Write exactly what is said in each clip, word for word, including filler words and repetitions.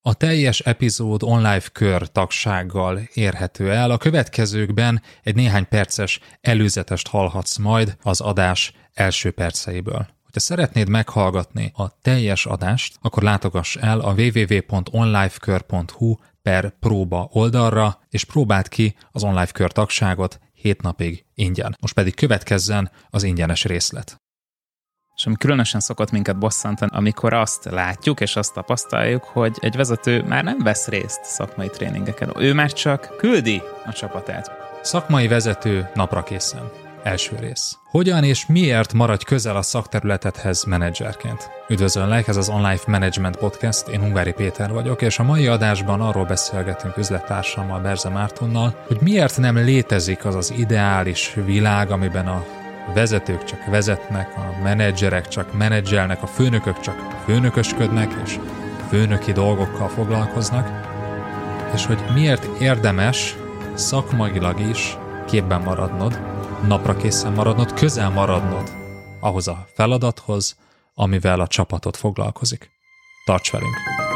A teljes epizód online kör tagsággal érhető el. A következőkben egy néhány perces előzetest hallhatsz majd az adás első perceiből. Ha szeretnéd meghallgatni a teljes adást, akkor látogass el a www.onlifekör.hu per próba oldalra, és próbáld ki az online kör tagságot hét napig ingyen. Most pedig következzen az ingyenes részlet. És ami különösen szokott minket bosszantani, amikor azt látjuk és azt tapasztaljuk, hogy egy vezető már nem vesz részt szakmai tréningeken. Ő már csak küldi a csapatát. Szakmai vezető napra készen. Első rész. Hogyan és miért maradj közel a szakterületedhez menedzserként? Üdvözöllek, ez az Online Management Podcast, én Ungvári Péter vagyok, és a mai adásban arról beszélgetünk üzlettársammal, Berze Mártonnal, hogy miért nem létezik az az ideális világ, amiben a vezetők csak vezetnek, a menedzserek csak menedzselnek, a főnökök csak főnökösködnek, és főnöki dolgokkal foglalkoznak, és hogy miért érdemes szakmailag is képben maradnod, napra készen maradnod, közel maradnod ahhoz a feladathoz, amivel a csapatod foglalkozik. Tarts velünk!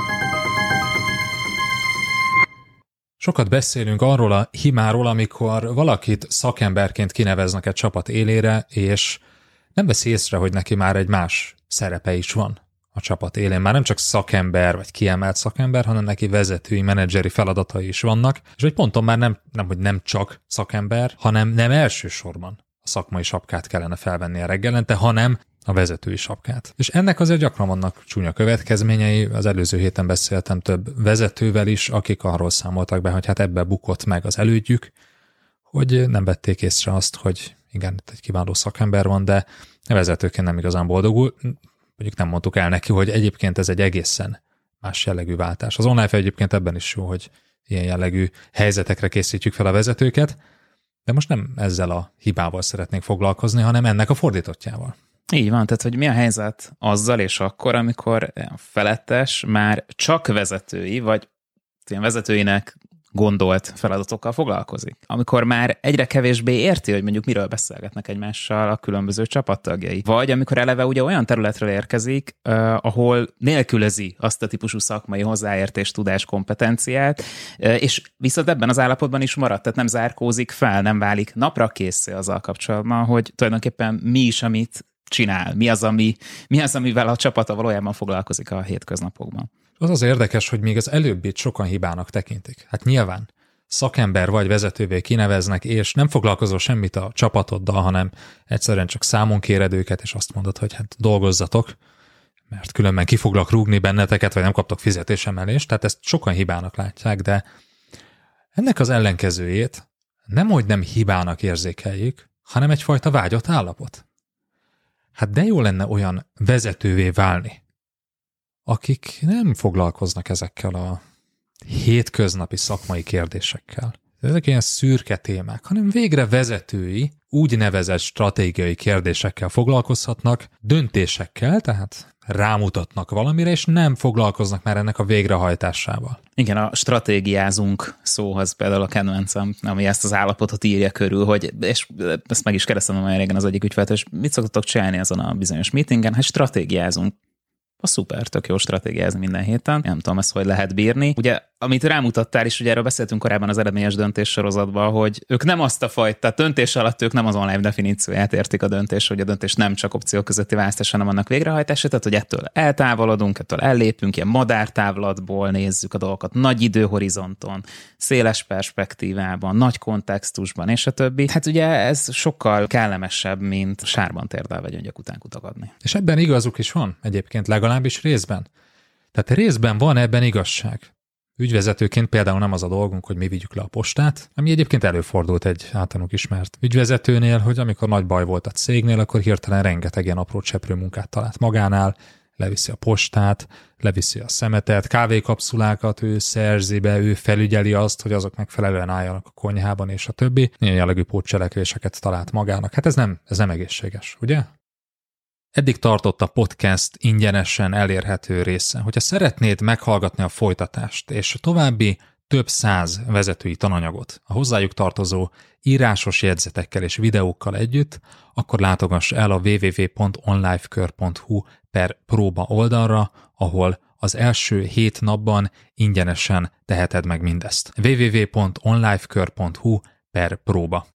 Sokat beszélünk arról a hibáról, amikor valakit szakemberként kineveznek egy csapat élére, és nem veszi észre, hogy neki már egy más szerepe is van a csapat élén. Már nem csak szakember, vagy kiemelt szakember, hanem neki vezetői, menedzseri feladatai is vannak, és egy ponton már nem, nem, hogy nem csak szakember, hanem nem elsősorban a szakmai sapkát kellene felvennie reggelente, hanem a vezetői sapkát. És ennek azért gyakran vannak csúnya következményei. Az előző héten beszéltem több vezetővel is, akik arról számoltak be, hogy hát ebbe bukott meg az elődjük, hogy nem vették észre azt, hogy igen, itt egy kiváló szakember van, de a vezetőként nem igazán boldogul. Mondjuk nem mondtuk el neki, hogy egyébként ez egy egészen más jellegű váltás. Az online egyébként ebben is jó, hogy ilyen jellegű helyzetekre készítjük fel a vezetőket, de most nem ezzel a hibával szeretnénk foglalkozni, hanem ennek a fordítottjával. Így van, tehát hogy mi a helyzet azzal és akkor, amikor a felettes már csak vezetői, vagy ilyen vezetőinek gondolt feladatokkal foglalkozik. Amikor már egyre kevésbé érti, hogy mondjuk miről beszélgetnek egymással a különböző csapattagjai. Vagy amikor eleve ugye olyan területről érkezik, uh, ahol nélkülözi azt a típusú szakmai hozzáértés, tudás, kompetenciát, uh, és viszont ebben az állapotban is marad, tehát nem zárkózik fel, nem válik napra készé azzal kapcsolatban, hogy tulajdonképpen mi is, amit csinál, mi az, ami, mi az, amivel a csapata valójában foglalkozik a hétköznapokban. Az az érdekes, hogy még az előbbit sokan hibának tekintik. Hát nyilván szakember vagy vezetővé kineveznek, és nem foglalkozol semmit a csapatoddal, hanem egyszerűen csak számon kéred őket, és azt mondod, hogy hát dolgozzatok, mert különben ki foglak rúgni benneteket, vagy nem kaptok fizetésemelést, tehát ezt sokan hibának látják, de ennek az ellenkezőjét nemhogy nem hibának érzékeljük, hanem egyfajta vágyott állapot. Hát de jó lenne olyan vezetővé válni, akik nem foglalkoznak ezekkel a hétköznapi szakmai kérdésekkel. Ezek ilyen szürke témák, hanem végre vezetői, úgynevezett stratégiai kérdésekkel foglalkozhatnak, döntésekkel, tehát rámutatnak valamire, és nem foglalkoznak már ennek a végrehajtásával. Igen, a stratégiázunk szóhoz például a kedvencem, ami ezt az állapotot írja körül, hogy, és ezt meg is kérdeztem olyan régen az egyik ügyfelet, és mit szoktatok csinálni azon a bizonyos meetingen? Hát stratégiázunk. A szuper, tök jó stratégiázni minden héten. Nem tudom, ezt hogy lehet bírni. Ugye, amit rámutattál is, ugye erről beszéltünk korábban az eredményes döntés sorozatban, hogy ők nem azt a fajta, tehát döntés alatt ők nem az online definícióját értik a döntés, hogy a döntés nem csak opció közötti választás, hanem annak végrehajtása, tehát hogy ettől eltávolodunk, ettől ellépünk, ilyen madártávlatból nézzük a dolgokat, nagy időhorizonton, széles perspektívában, nagy kontextusban, és a többi. Hát ugye ez sokkal kellemesebb, mint sárban térdelve gyöngyök után kutakodni. És ebben igazuk is van egyébként, legalábbis részben. Tehát részben van ebben igazság. Ügyvezetőként például nem az a dolgunk, hogy mi vigyük le a postát, ami egyébként előfordult egy általunk ismert ügyvezetőnél, hogy amikor nagy baj volt a cégnél, akkor hirtelen rengeteg ilyen apró cseprő munkát talált magánál, leviszi a postát, leviszi a szemetet, kávékapszulákat ő szerzi be, ő felügyeli azt, hogy azok megfelelően álljanak a konyhában, és a többi. Ilyen jellegű pótcselekvéseket talált magának. Hát ez nem, ez nem egészséges, ugye? Eddig tartott a podcast ingyenesen elérhető része. Hogyha szeretnéd meghallgatni a folytatást és további több száz vezetői tananyagot a hozzájuk tartozó írásos jegyzetekkel és videókkal együtt, akkor látogass el a www.onlifekör.hu per próba oldalra, ahol az első hét napban ingyenesen teheted meg mindezt. double-u double-u double-u pont onlifekör pont hu per próba.